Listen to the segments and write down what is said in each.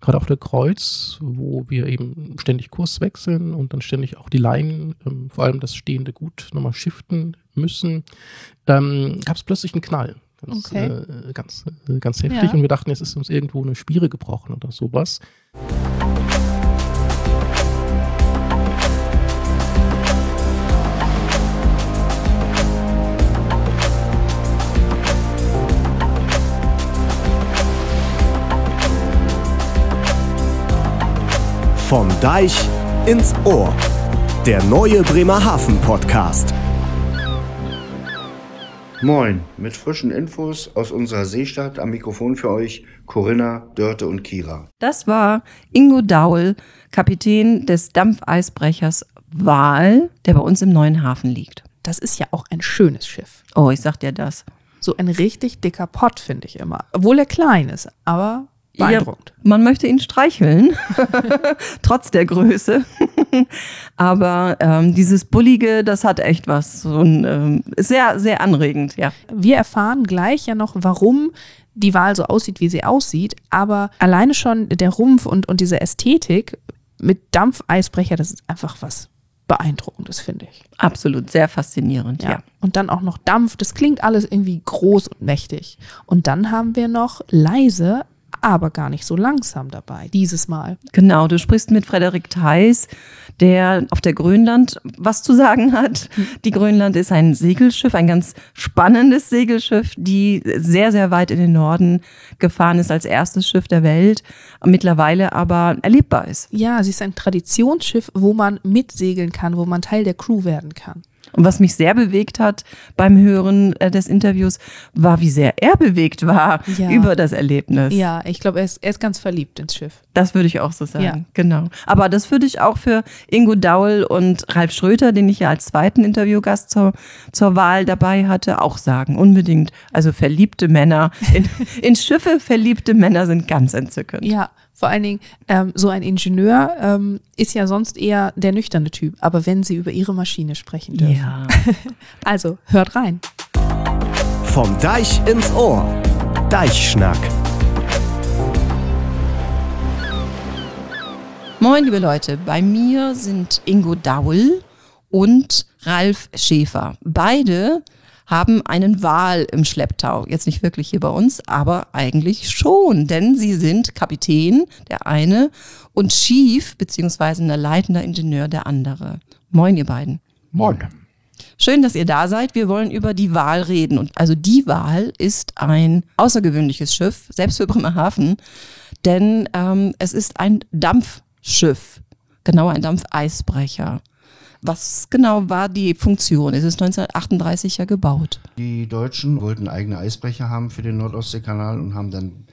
gerade auf der Kreuz, wo wir eben ständig Kurs wechseln und dann ständig auch die Leinen, vor allem das stehende Gut, nochmal shiften müssen, gab es plötzlich einen Knall. Ganz heftig. Ja. Und wir dachten, jetzt ist uns irgendwo eine Spiere gebrochen oder sowas. Vom Deich ins Ohr. Der neue Bremerhaven-Podcast. Moin, mit frischen Infos aus unserer Seestadt am Mikrofon für euch Corinna, Dörte und Kira. Das war Ingo Daul, Kapitän des Dampfeisbrechers Wal, der bei uns im Neuen Hafen liegt. Das ist ja auch ein schönes Schiff. Oh, ich sag dir das. So ein richtig dicker Pott, finde ich immer. Obwohl er klein ist, aber beeindruckend. Ja, man möchte ihn streicheln, trotz der Größe. Aber dieses Bullige, das hat echt was. So ist sehr, sehr anregend, ja. Wir erfahren gleich ja noch, warum die Wal so aussieht, wie sie aussieht. Aber alleine schon der Rumpf und diese Ästhetik mit Dampfeisbrecher, das ist einfach was Beeindruckendes, finde ich. Absolut, sehr faszinierend, ja. Und dann auch noch Dampf, das klingt alles irgendwie groß und mächtig. Und dann haben wir noch leise, aber gar nicht so langsam dabei, dieses Mal. Genau, du sprichst mit Frederik Theis, der auf der Grönland was zu sagen hat. Die Grönland ist ein Segelschiff, ein ganz spannendes Segelschiff, die sehr, sehr weit in den Norden gefahren ist als erstes Schiff der Welt, mittlerweile aber erlebbar ist. Ja, sie ist ein Traditionsschiff, wo man mitsegeln kann, wo man Teil der Crew werden kann. Und was mich sehr bewegt hat beim Hören des Interviews, war, wie sehr er bewegt war über das Erlebnis. Ja, ich glaube, er ist ganz verliebt ins Schiff. Das würde ich auch so sagen, genau. Aber das würde ich auch für Ingo Daul und Ralf Schröter, den ich ja als zweiten Interviewgast zur Wahl dabei hatte, auch sagen, unbedingt. Also verliebte Männer, in Schiffe verliebte Männer sind ganz entzückend. Ja, vor allen Dingen, so ein Ingenieur ist ja sonst eher der nüchterne Typ. Aber wenn sie über ihre Maschine sprechen dürfen. Ja. Also, hört rein. Vom Deich ins Ohr. Deichschnack. Moin, liebe Leute. Bei mir sind Ingo Daul und Ralf Schäfer. Beide haben einen Wal im Schlepptau. Jetzt nicht wirklich hier bei uns, aber eigentlich schon, denn sie sind Kapitän, der eine, und Chief, beziehungsweise ein leitender Ingenieur, der andere. Moin, ihr beiden. Moin. Schön, dass ihr da seid. Wir wollen über die Wal reden. Und also die Wal ist ein außergewöhnliches Schiff, selbst für Bremerhaven, denn es ist ein Dampfschiff, genauer ein Dampfeisbrecher. Was genau war die Funktion? Es ist 1938 ja gebaut. Die Deutschen wollten eigene Eisbrecher haben für den Nordostseekanal und haben dann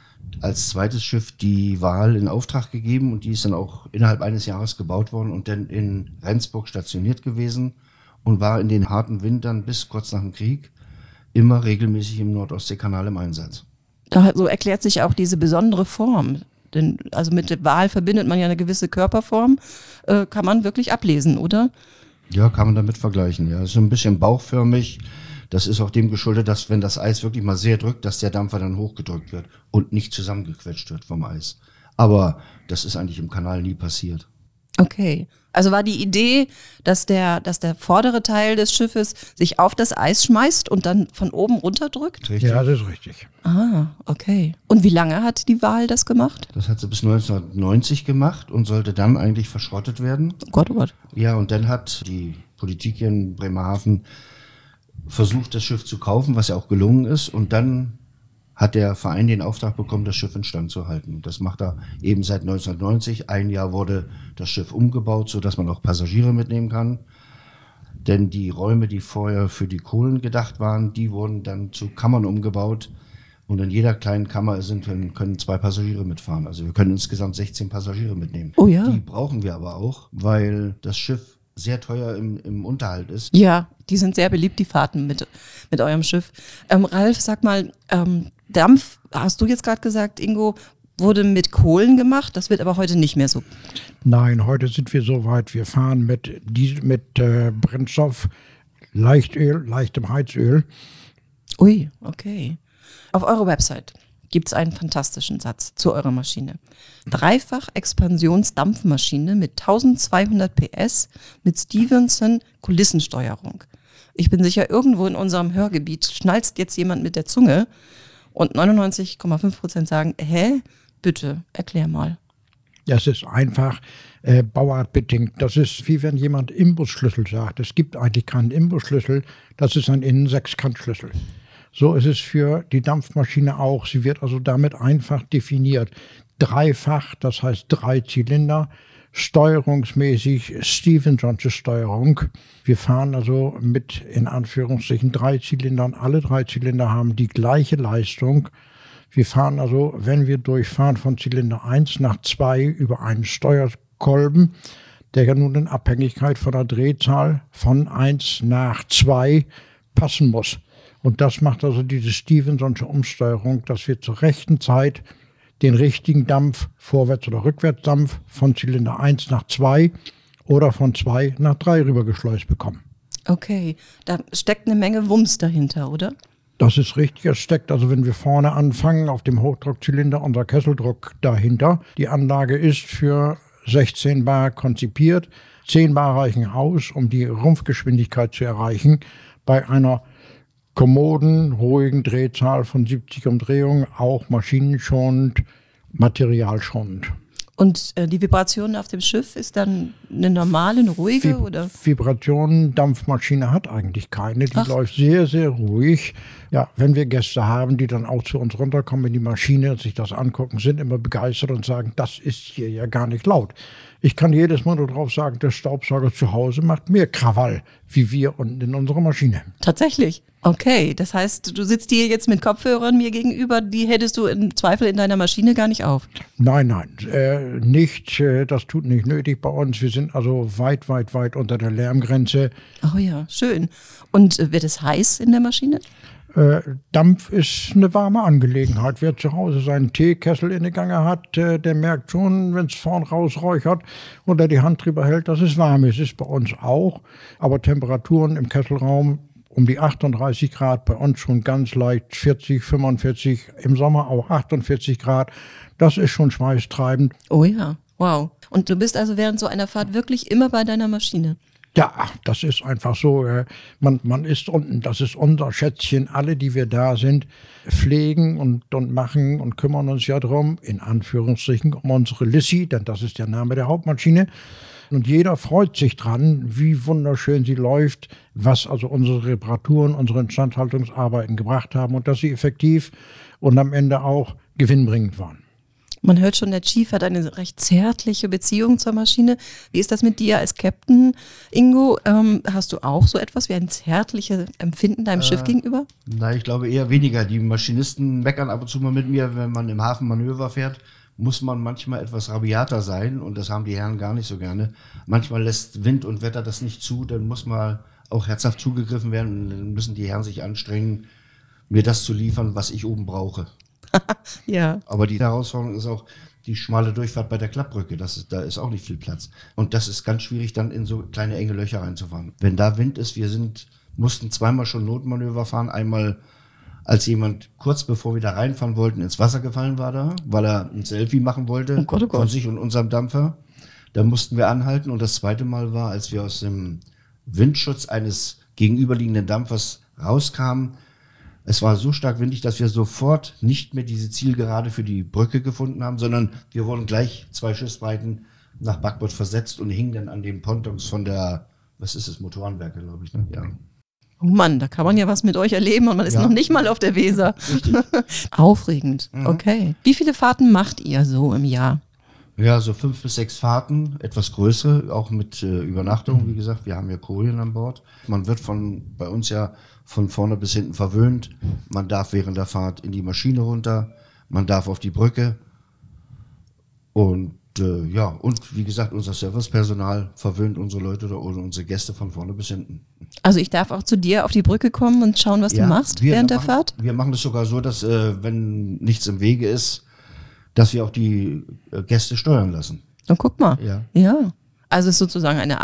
als zweites Schiff die Wal in Auftrag gegeben. Und die ist dann auch innerhalb eines Jahres gebaut worden und dann in Rendsburg stationiert gewesen und war in den harten Wintern bis kurz nach dem Krieg immer regelmäßig im Nordostseekanal im Einsatz. So erklärt sich auch diese besondere Form. Denn also mit der Wal verbindet man ja eine gewisse Körperform, kann man wirklich ablesen, oder? Ja, kann man damit vergleichen. Ja, ist so ein bisschen bauchförmig. Das ist auch dem geschuldet, dass wenn das Eis wirklich mal sehr drückt, dass der Dampfer dann hochgedrückt wird und nicht zusammengequetscht wird vom Eis. Aber das ist eigentlich im Kanal nie passiert. Okay. Also war die Idee, dass der vordere Teil des Schiffes sich auf das Eis schmeißt und dann von oben runterdrückt? Richtig? Ja, das ist richtig. Ah, okay. Und wie lange hat die Wal das gemacht? Das hat sie bis 1990 gemacht und sollte dann eigentlich verschrottet werden. Oh Gott, oh Gott. Ja, und dann hat die Politik hier in Bremerhaven versucht, das Schiff zu kaufen, was ja auch gelungen ist. Und dann hat der Verein den Auftrag bekommen, das Schiff instand zu halten. Und das macht er eben seit 1990. Ein Jahr wurde das Schiff umgebaut, sodass man auch Passagiere mitnehmen kann. Denn die Räume, die vorher für die Kohlen gedacht waren, die wurden dann zu Kammern umgebaut. Und in jeder kleinen Kammer können 2 Passagiere mitfahren. Also wir können insgesamt 16 Passagiere mitnehmen. Oh ja. Die brauchen wir aber auch, weil das Schiff sehr teuer im Unterhalt ist. Ja, die sind sehr beliebt, die Fahrten mit eurem Schiff. Ralf, sag mal, Dampf, hast du jetzt gerade gesagt, Ingo, wurde mit Kohlen gemacht. Das wird aber heute nicht mehr so. Nein, heute sind wir so weit. Wir fahren mit Brennstoff, Leichtem Heizöl. Ui, okay. Auf eurer Website gibt es einen fantastischen Satz zu eurer Maschine. Dreifach-Expansionsdampfmaschine mit 1200 PS mit Stevenson-Kulissensteuerung. Ich bin sicher, irgendwo in unserem Hörgebiet schnalzt jetzt jemand mit der Zunge und 99,5% sagen, hä? Bitte, erklär mal. Das ist einfach bauartbedingt. Das ist wie wenn jemand Imbusschlüssel sagt. Es gibt eigentlich keinen Imbusschlüssel, das ist ein Innensechskantschlüssel. So ist es für die Dampfmaschine auch. Sie wird also damit einfach definiert. Dreifach, das heißt 3 Zylinder, steuerungsmäßig Stephensonsche Steuerung. Wir fahren also mit, in Anführungsstrichen, 3 Zylindern. Alle 3 Zylinder haben die gleiche Leistung. Wir fahren also, wenn wir durchfahren, von Zylinder 1 nach 2 über einen Steuerkolben, der ja nun in Abhängigkeit von der Drehzahl von 1 nach 2 passen muss. Und das macht also diese Stephensonsche Umsteuerung, dass wir zur rechten Zeit den richtigen Dampf, Vorwärts- oder Rückwärtsdampf, von Zylinder 1 nach 2 oder von 2 nach 3 rübergeschleust bekommen. Okay, da steckt eine Menge Wumms dahinter, oder? Das ist richtig, es steckt also, wenn wir vorne anfangen, auf dem Hochdruckzylinder unser Kesseldruck dahinter. Die Anlage ist für 16 Bar konzipiert. 10 Bar reichen aus, um die Rumpfgeschwindigkeit zu erreichen. Bei einer kommoden, ruhigen Drehzahl von 70 Umdrehungen, auch maschinenschonend, materialschonend. Und die Vibration auf dem Schiff ist dann eine normale, eine ruhige? Oder? Vibrationen, Dampfmaschine hat eigentlich keine. Die läuft sehr, sehr ruhig. Ja, wenn wir Gäste haben, die dann auch zu uns runterkommen in die Maschine und sich das angucken, sind immer begeistert und sagen, das ist hier ja gar nicht laut. Ich kann jedes Mal nur drauf sagen, der Staubsauger zu Hause macht mehr Krawall, wie wir unten in unserer Maschine. Tatsächlich? Okay, das heißt, du sitzt hier jetzt mit Kopfhörern mir gegenüber, die hättest du im Zweifel in deiner Maschine gar nicht auf? Nein, nicht. Das tut nicht nötig bei uns. Wir sind also weit, weit, weit unter der Lärmgrenze. Oh ja, schön. Und wird es heiß in der Maschine? Dampf ist eine warme Angelegenheit. Wer zu Hause seinen Teekessel in der Gange hat, der merkt schon, wenn es vorn rausräuchert oder die Hand drüber hält, dass es warm ist. Ist bei uns auch. Aber Temperaturen im Kesselraum um die 38 Grad, bei uns schon ganz leicht 40, 45, im Sommer auch 48 Grad. Das ist schon schweißtreibend. Oh ja, wow. Und du bist also während so einer Fahrt wirklich immer bei deiner Maschine? Ja, das ist einfach so. Man ist unten, das ist unser Schätzchen. Alle, die wir da sind, pflegen und machen und kümmern uns ja drum, in Anführungsstrichen, um unsere Lissy, denn das ist der Name der Hauptmaschine. Und jeder freut sich dran, wie wunderschön sie läuft, was also unsere Reparaturen, unsere Instandhaltungsarbeiten gebracht haben und dass sie effektiv und am Ende auch gewinnbringend waren. Man hört schon, der Chief hat eine recht zärtliche Beziehung zur Maschine. Wie ist das mit dir als Captain, Ingo? Hast du auch so etwas wie ein zärtliches Empfinden deinem Schiff gegenüber? Na, ich glaube eher weniger. Die Maschinisten meckern ab und zu mal mit mir, wenn man im Hafen Manöver fährt, muss man manchmal etwas rabiater sein und das haben die Herren gar nicht so gerne. Manchmal lässt Wind und Wetter das nicht zu, dann muss mal auch herzhaft zugegriffen werden und dann müssen die Herren sich anstrengen, mir das zu liefern, was ich oben brauche. Ja. Aber die Herausforderung ist auch die schmale Durchfahrt bei der Klappbrücke. Da ist auch nicht viel Platz. Und das ist ganz schwierig, dann in so kleine enge Löcher reinzufahren. Wenn da Wind ist, mussten zweimal schon Notmanöver fahren. Einmal, als jemand kurz bevor wir da reinfahren wollten, ins Wasser gefallen war da, weil er ein Selfie machen wollte von sich und unserem Dampfer. Da mussten wir anhalten. Und das zweite Mal war, als wir aus dem Windschutz eines gegenüberliegenden Dampfers rauskamen. Es war so stark windig, dass wir sofort nicht mehr diese Zielgerade für die Brücke gefunden haben, sondern wir wurden gleich 2 Schiffsbreiten nach Backbord versetzt und hingen dann an den Pontons von der, Motorenwerke, glaube ich. Ne? Ja. Oh Mann, da kann man ja was mit euch erleben und man ist noch nicht mal auf der Weser. Aufregend, okay. Wie viele Fahrten macht ihr so im Jahr? Ja, so 5 bis 6 Fahrten, etwas größere, auch mit Übernachtung, wie gesagt. Wir haben ja Kojen an Bord. Man wird bei uns ja von vorne bis hinten verwöhnt. Man darf während der Fahrt in die Maschine runter, man darf auf die Brücke. Und und wie gesagt, unser Servicepersonal verwöhnt unsere Leute oder unsere Gäste von vorne bis hinten. Also ich darf auch zu dir auf die Brücke kommen und schauen, was du machst während der Fahrt? Wir machen das sogar so, dass wenn nichts im Wege ist, dass wir auch die Gäste steuern lassen. Na, guck mal. Ja. Also es ist sozusagen eine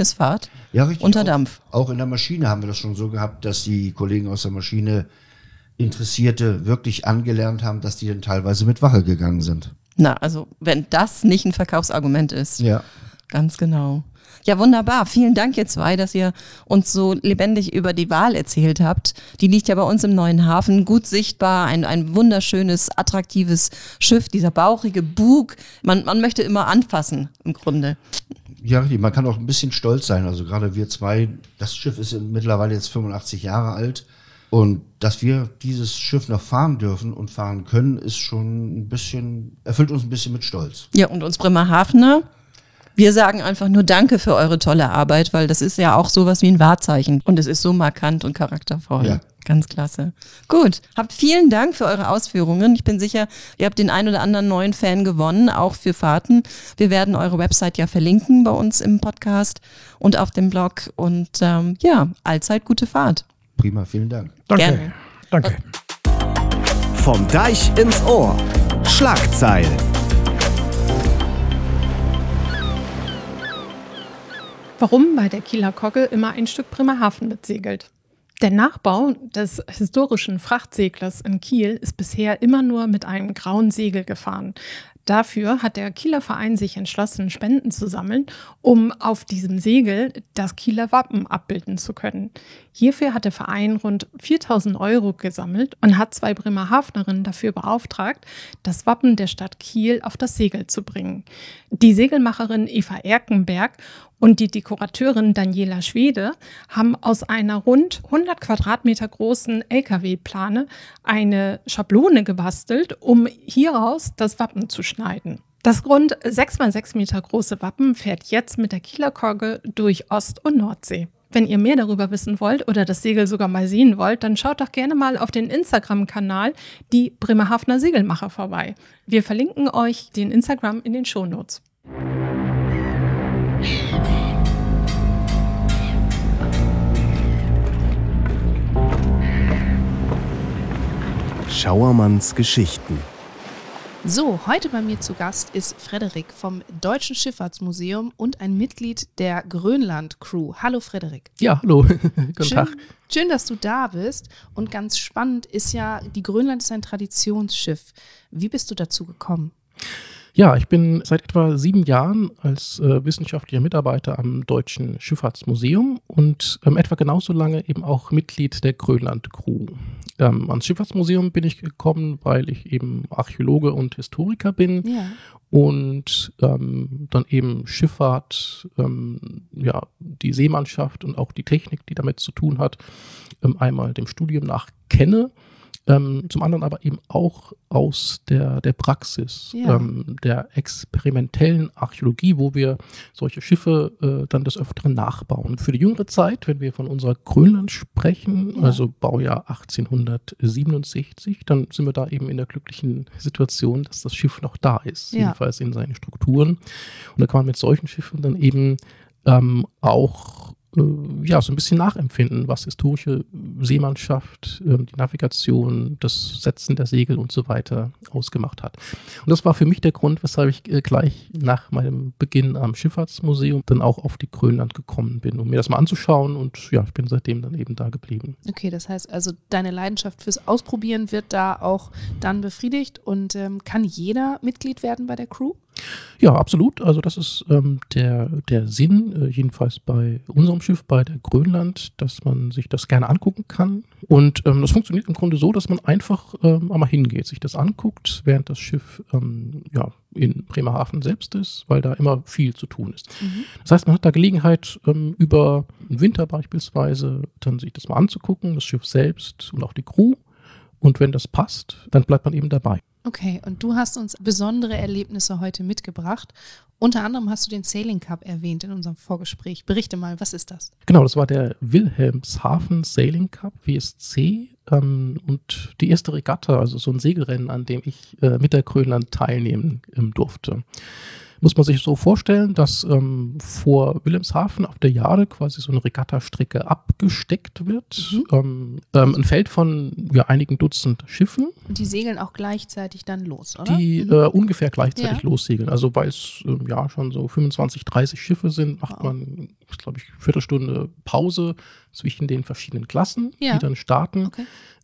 Abenteuererlebnisfahrt Ja, richtig. unter Dampf. Auch in der Maschine haben wir das schon so gehabt, dass die Kollegen aus der Maschine Interessierte wirklich angelernt haben, dass die dann teilweise mit Wache gegangen sind. Na, also wenn das nicht ein Verkaufsargument ist. Ja. Ganz genau. Ja, wunderbar. Vielen Dank, ihr zwei, dass ihr uns so lebendig über die Wahl erzählt habt. Die liegt ja bei uns im Neuen Hafen, gut sichtbar, ein wunderschönes, attraktives Schiff, dieser bauchige Bug. Man möchte immer anfassen, im Grunde. Ja, richtig. Man kann auch ein bisschen stolz sein. Also gerade wir zwei, das Schiff ist mittlerweile jetzt 85 Jahre alt. Und dass wir dieses Schiff noch fahren dürfen und fahren können, ist schon ein bisschen, erfüllt uns ein bisschen mit Stolz. Ja, und uns Bremerhavener, wir sagen einfach nur Danke für eure tolle Arbeit, weil das ist ja auch sowas wie ein Wahrzeichen. Und es ist so markant und charaktervoll. Ja. Ganz klasse. Gut, habt vielen Dank für eure Ausführungen. Ich bin sicher, ihr habt den ein oder anderen neuen Fan gewonnen, auch für Fahrten. Wir werden eure Website ja verlinken bei uns im Podcast und auf dem Blog. Und allzeit gute Fahrt. Prima, vielen Dank. Danke. Gerne. Danke. Vom Deich ins Ohr. Schlagzeilen. Warum bei der Kieler Kogge immer ein Stück Bremerhaven mitsegelt? Der Nachbau des historischen Frachtseglers in Kiel ist bisher immer nur mit einem grauen Segel gefahren. Dafür hat der Kieler Verein sich entschlossen, Spenden zu sammeln, um auf diesem Segel das Kieler Wappen abbilden zu können. Hierfür hat der Verein rund 4.000 € gesammelt und hat 2 Bremerhavenerinnen dafür beauftragt, das Wappen der Stadt Kiel auf das Segel zu bringen. Die Segelmacherin Eva Erkenberg und die Dekorateurin Daniela Schwede haben aus einer rund 100 Quadratmeter großen LKW-Plane eine Schablone gebastelt, um hieraus das Wappen zu schneiden. Das rund 6 mal 6 Meter große Wappen fährt jetzt mit der Kieler Kogge durch Ost- und Nordsee. Wenn ihr mehr darüber wissen wollt oder das Segel sogar mal sehen wollt, dann schaut doch gerne mal auf den Instagram-Kanal die Bremerhavener Segelmacher vorbei. Wir verlinken euch den Instagram in den Shownotes. Schauermanns Geschichten. So, heute bei mir zu Gast ist Frederik vom Deutschen Schifffahrtsmuseum und ein Mitglied der Grönland-Crew. Hallo Frederik. Ja, hallo. Guten Tag. Schön, dass du da bist. Und ganz spannend ist ja, die Grönland ist ein Traditionsschiff. Wie bist du dazu gekommen? Ja, ich bin seit etwa 7 Jahren als wissenschaftlicher Mitarbeiter am Deutschen Schifffahrtsmuseum und etwa genauso lange eben auch Mitglied der Grönland-Crew. Ans Schifffahrtsmuseum bin ich gekommen, weil ich eben Archäologe und Historiker bin und dann eben Schifffahrt, die Seemannschaft und auch die Technik, die damit zu tun hat, einmal dem Studium nach kenne. Zum anderen aber eben auch aus der Praxis, der experimentellen Archäologie, wo wir solche Schiffe dann des Öfteren nachbauen. Für die jüngere Zeit, wenn wir von unserer Grönland sprechen, also Baujahr 1867, dann sind wir da eben in der glücklichen Situation, dass das Schiff noch da ist, jedenfalls in seinen Strukturen. Und da kann man mit solchen Schiffen dann eben auch so ein bisschen nachempfinden, was historische Seemannschaft, die Navigation, das Setzen der Segel und so weiter ausgemacht hat. Und das war für mich der Grund, weshalb ich gleich nach meinem Beginn am Schifffahrtsmuseum dann auch auf die Grönland gekommen bin, um mir das mal anzuschauen, und ich bin seitdem dann eben da geblieben. Okay, das heißt also, deine Leidenschaft fürs Ausprobieren wird da auch dann befriedigt, und kann jeder Mitglied werden bei der Crew? Ja, absolut. Also das ist der Sinn, jedenfalls bei unserem Schiff, bei der Grönland, dass man sich das gerne angucken kann. Und das funktioniert im Grunde so, dass man einfach einmal hingeht, sich das anguckt, während das Schiff in Bremerhaven selbst ist, weil da immer viel zu tun ist. Das heißt, man hat da Gelegenheit, über den Winter beispielsweise dann sich das mal anzugucken, das Schiff selbst und auch die Crew. Und wenn das passt, dann bleibt man eben dabei. Okay, und du hast uns besondere Erlebnisse heute mitgebracht. Unter anderem hast du den Sailing Cup erwähnt in unserem Vorgespräch. Berichte mal, was ist das? Genau, das war der Wilhelmshaven Sailing Cup, WSC, und die erste Regatta, also so ein Segelrennen, an dem ich mit der Grönland teilnehmen durfte. Muss man sich so vorstellen, dass vor Wilhelmshaven auf der Jade quasi so eine Regattastrecke abgesteckt wird. Ein Feld von einigen Dutzend Schiffen. Und die segeln auch gleichzeitig dann los, oder? Die ungefähr gleichzeitig lossegeln. Also weil es schon so 25, 30 Schiffe sind, macht man, glaube ich, Viertelstunde Pause zwischen den verschiedenen Klassen, die dann starten. Okay.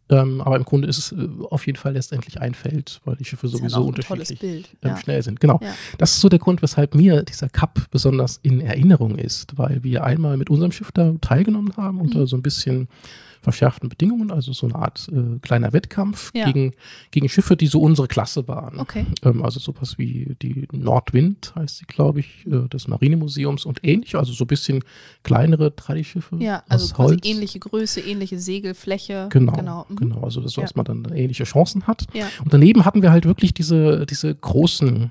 Aber im Grunde ist es auf jeden Fall letztendlich ein Feld, weil die Schiffe sowieso unterschiedlich schnell sind. Genau. Ja. Das ist so der Grund, weshalb mir dieser Cup besonders in Erinnerung ist, weil wir einmal mit unserem Schiff da teilgenommen haben unter so ein bisschen verschärften Bedingungen, also so eine Art kleiner Wettkampf gegen Schiffe, die so unsere Klasse waren. Okay. Also sowas wie die Nordwind, heißt sie, glaube ich, des Marinemuseums und ähnlich, also so ein bisschen kleinere Tradischiffe. Ja, also aus quasi Holz. ähnliche Größe, ähnliche Segelfläche. Genau, Mhm. also das, dass man dann ähnliche Chancen hat. Ja. Und daneben hatten wir halt wirklich diese großen,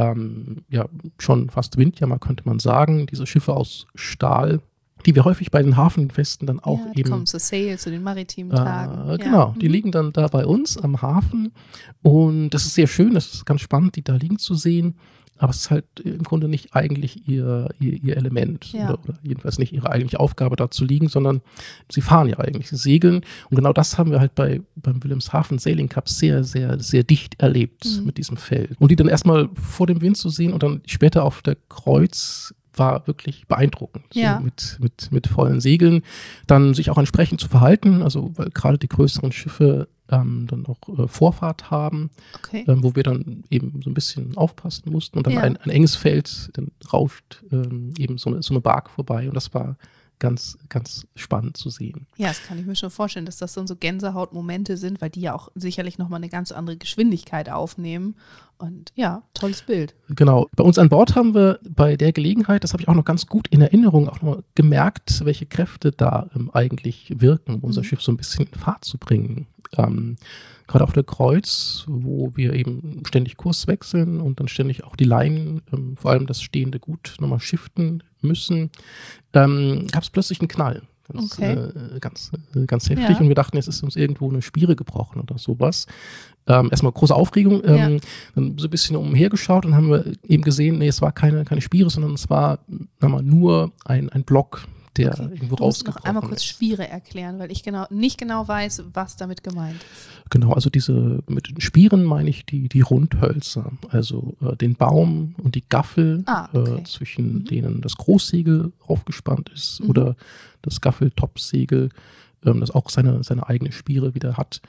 schon fast Windjammer, könnte man sagen, diese Schiffe aus Stahl, die wir häufig bei den Hafenfesten dann auch Die eben. kommen zu Sail, zu den maritimen Tagen. Genau, die Mhm. liegen dann da bei uns am Hafen und das ist sehr schön, das ist ganz spannend, die da liegen zu sehen, aber es ist halt im Grunde nicht eigentlich ihr Element Ja. oder jedenfalls nicht ihre eigentliche Aufgabe da zu liegen, sondern sie fahren ja eigentlich, sie segeln und genau das haben wir halt beim Wilhelmshaven Sailing Cup sehr, sehr, sehr dicht erlebt mit diesem Feld. Und die dann erstmal vor dem Wind zu sehen und dann später auf der Kreuz war wirklich beeindruckend, Ja. so mit vollen Segeln, dann sich auch entsprechend zu verhalten, also weil gerade die größeren Schiffe dann auch Vorfahrt haben, Okay. wo wir dann eben so ein bisschen aufpassen mussten und dann Ja. ein enges Feld, dann rauscht eben so eine Bark vorbei und das war ganz, ganz spannend zu sehen. Ja, das kann ich mir schon vorstellen, dass das dann so Gänsehautmomente sind, weil die ja auch sicherlich nochmal eine ganz andere Geschwindigkeit aufnehmen. Und ja, tolles Bild. Genau. Bei uns an Bord haben wir bei der Gelegenheit, das habe ich auch noch ganz gut in Erinnerung, auch noch gemerkt, welche Kräfte da eigentlich wirken, um unser Schiff so ein bisschen in Fahrt zu bringen. Gerade auf der Kreuz, wo wir eben ständig Kurs wechseln und dann ständig auch die Leinen, vor allem das stehende Gut, nochmal shiften müssen, gab es plötzlich einen Knall. Ganz heftig. Ja. Und wir dachten, jetzt ist uns irgendwo eine Spiere gebrochen oder sowas. Erstmal große Aufregung, dann so ein bisschen umhergeschaut und haben wir eben gesehen, nee, es war keine Spiere, sondern es war nur ein Block, der irgendwo Du musst noch rausgebrochen einmal kurz ist. Spiere erklären, weil ich nicht genau weiß, was damit gemeint ist. Genau, also mit den Spieren meine ich die Rundhölzer, also den Baum und die Gaffel, Okay. zwischen denen das Großsegel aufgespannt ist oder das Gaffel-Topsegel, das auch seine eigene Spiere wieder hat.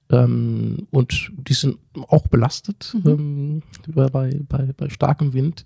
Und die sind auch belastet bei starkem Wind.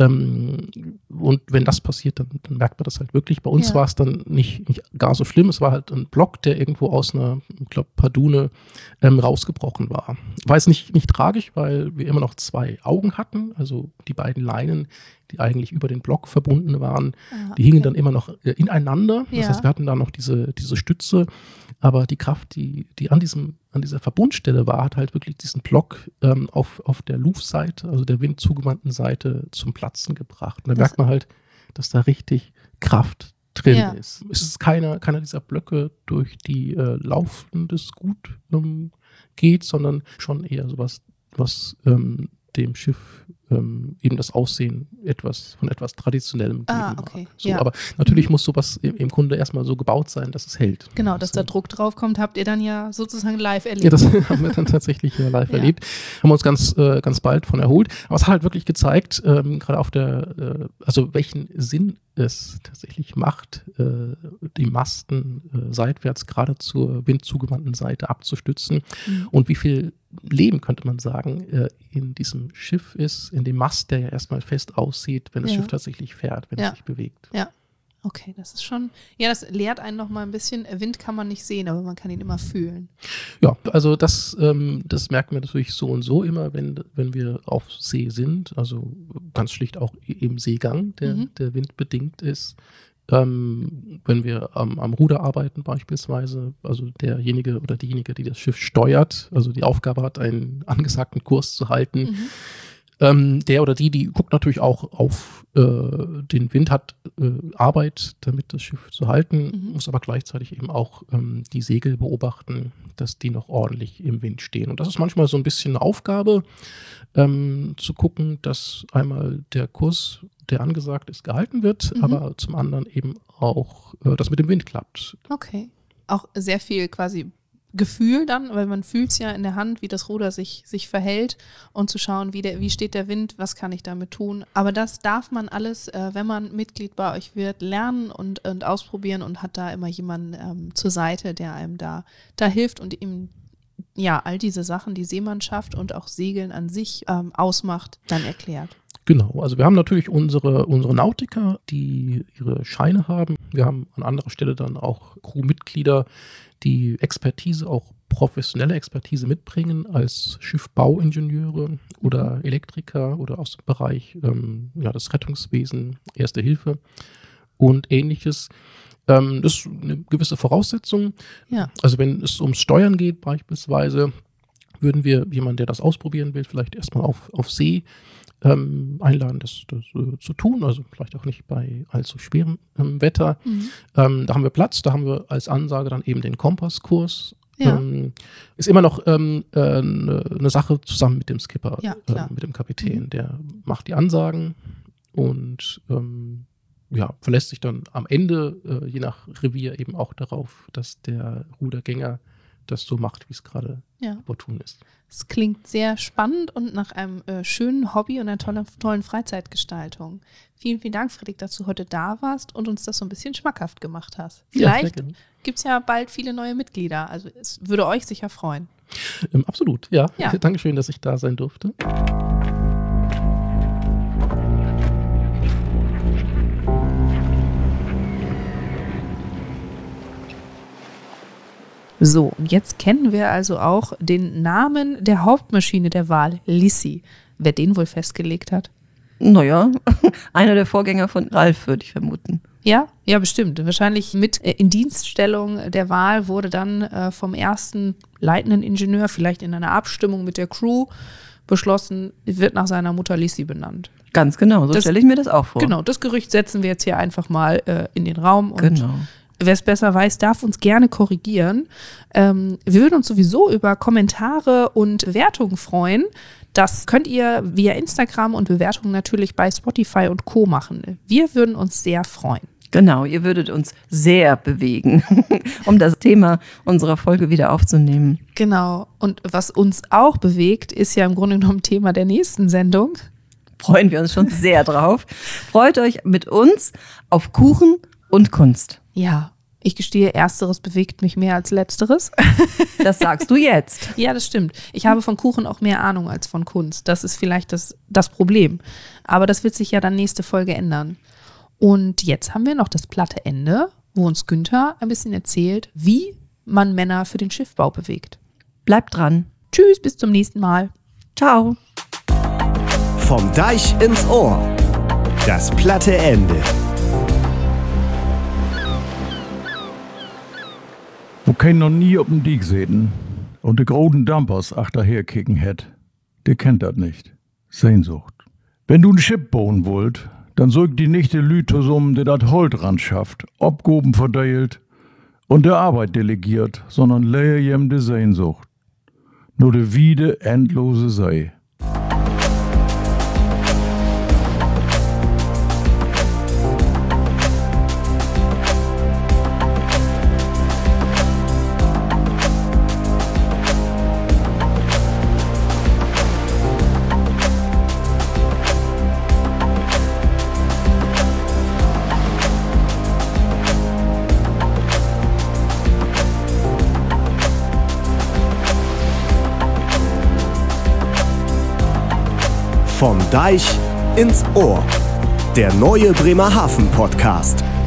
Und wenn das passiert, dann merkt man das halt wirklich. Bei uns war es dann nicht gar so schlimm. Es war halt ein Block, der irgendwo aus einer, ich glaube, Pardune rausgebrochen war. War jetzt nicht tragisch, weil wir immer noch 2 Augen hatten. Also die beiden Leinen, die eigentlich über den Block verbunden waren, die hingen dann immer noch ineinander. Das heißt, wir hatten da noch diese Stütze. Aber die Kraft, die an dieser Verbundstelle war, hat halt wirklich diesen Block auf der Luftseite, also der windzugewandten Seite, zum Platzen gebracht. Und da merkt man halt, dass da richtig Kraft drin ist. Es ist keiner dieser Blöcke, durch die laufendes Gut geht, sondern schon eher sowas, was dem Schiff eben das Aussehen von etwas Traditionellem geben Okay. mag. So, aber natürlich muss sowas im Grunde erstmal so gebaut sein, dass es hält. Genau, dass da Druck drauf kommt, habt ihr dann ja sozusagen live erlebt. Ja, das haben wir dann tatsächlich live erlebt. Haben wir uns ganz bald von erholt. Aber es hat halt wirklich gezeigt, gerade auf also welchen Sinn es tatsächlich macht, die Masten seitwärts gerade zur windzugewandten Seite abzustützen und wie viel Leben, könnte man sagen, in diesem Schiff ist, in dem Mast, der ja erstmal fest aussieht, wenn das Schiff tatsächlich fährt, wenn es sich bewegt. Ja. Okay, das ist schon, das lehrt einen noch mal ein bisschen. Wind kann man nicht sehen, aber man kann ihn immer fühlen. Ja, also das merken wir natürlich so und so immer, wenn wir auf See sind. Also ganz schlicht auch im Seegang, der windbedingt ist. Wenn wir am Ruder arbeiten beispielsweise, also derjenige oder diejenige, die das Schiff steuert, also die Aufgabe hat, einen angesagten Kurs zu halten, der oder die guckt natürlich auch auf den Wind, hat Arbeit, damit das Schiff zu halten, muss aber gleichzeitig eben auch die Segel beobachten, dass die noch ordentlich im Wind stehen. Und das ist manchmal so ein bisschen eine Aufgabe, zu gucken, dass einmal der Kurs, der angesagt ist, gehalten wird, aber zum anderen eben auch, dass mit dem Wind klappt. Okay. Auch sehr viel quasi Gefühl dann, weil man fühlt es ja in der Hand, wie das Ruder sich verhält und zu schauen, wie steht der Wind, was kann ich damit tun. Aber das darf man alles, wenn man Mitglied bei euch wird, lernen und ausprobieren und hat da immer jemanden zur Seite, der einem da hilft und ihm all diese Sachen, die Seemannschaft und auch Segeln an sich ausmacht, dann erklärt. Genau, also wir haben natürlich unsere Nautiker, die ihre Scheine haben. Wir haben an anderer Stelle dann auch Crewmitglieder, die Expertise, auch professionelle Expertise mitbringen als Schiffbauingenieure oder Elektriker oder aus dem Bereich des Rettungswesen, Erste Hilfe und Ähnliches. Das ist eine gewisse Voraussetzung. Ja. Also wenn es ums Steuern geht beispielsweise, würden wir jemanden, der das ausprobieren will, vielleicht erstmal auf See einladen, das zu tun, also vielleicht auch nicht bei allzu schwerem Wetter. Da haben wir Platz, da haben wir als Ansage dann eben den Kompasskurs. Ja. Ist immer noch eine Sache zusammen mit dem Skipper, mit dem Kapitän, der macht die Ansagen und verlässt sich dann am Ende, je nach Revier, eben auch darauf, dass der Rudergänger das so macht, wie es gerade opportun ist. Es klingt sehr spannend und nach einem schönen Hobby und einer tollen Freizeitgestaltung. Vielen, vielen Dank, Friedrich, dass du heute da warst und uns das so ein bisschen schmackhaft gemacht hast. Vielleicht gibt es ja bald viele neue Mitglieder. Also es würde euch sicher freuen. Absolut, ja. Dankeschön, dass ich da sein durfte. So, und jetzt kennen wir also auch den Namen der Hauptmaschine der Wal, Lissi. Wer den wohl festgelegt hat? Naja, einer der Vorgänger von Ralf, würde ich vermuten. Ja, bestimmt. Wahrscheinlich mit Indienststellung der Wal wurde dann vom ersten leitenden Ingenieur, vielleicht in einer Abstimmung mit der Crew, beschlossen, wird nach seiner Mutter Lissi benannt. Ganz genau, so stelle ich mir das auch vor. Genau, das Gerücht setzen wir jetzt hier einfach mal in den Raum. Und genau. Wer es besser weiß, darf uns gerne korrigieren. Wir würden uns sowieso über Kommentare und Wertungen freuen. Das könnt ihr via Instagram und Bewertungen natürlich bei Spotify und Co. machen. Wir würden uns sehr freuen. Genau, ihr würdet uns sehr bewegen, um das Thema unserer Folge wieder aufzunehmen. Genau, und was uns auch bewegt, ist ja im Grunde genommen Thema der nächsten Sendung. Freuen wir uns schon sehr drauf. Freut euch mit uns auf Kuchen und Kunst. Ja, ich gestehe, Ersteres bewegt mich mehr als Letzteres. Das sagst du jetzt. Ja, das stimmt. Ich habe von Kuchen auch mehr Ahnung als von Kunst. Das ist vielleicht das Problem. Aber das wird sich ja dann nächste Folge ändern. Und jetzt haben wir noch das platte Ende, wo uns Günther ein bisschen erzählt, wie man Männer für den Schiffbau bewegt. Bleibt dran. Tschüss, bis zum nächsten Mal. Ciao. Vom Deich ins Ohr. Das platte Ende. Wo kein noch nie op dem Diek säten und de großen Dampers achterher kicken hätt, der kennt das nicht. Sehnsucht. Wenn du ein Schiff bauen wollt, dann sorgt die nicht de Lüt zusammen, der dat Holt ran schafft, Obgoben verteilt und der Arbeit delegiert, sondern lehe jem de Sehnsucht. Nur de Wiede endlose sei. Vom Deich ins Ohr. Der neue Bremerhaven-Podcast.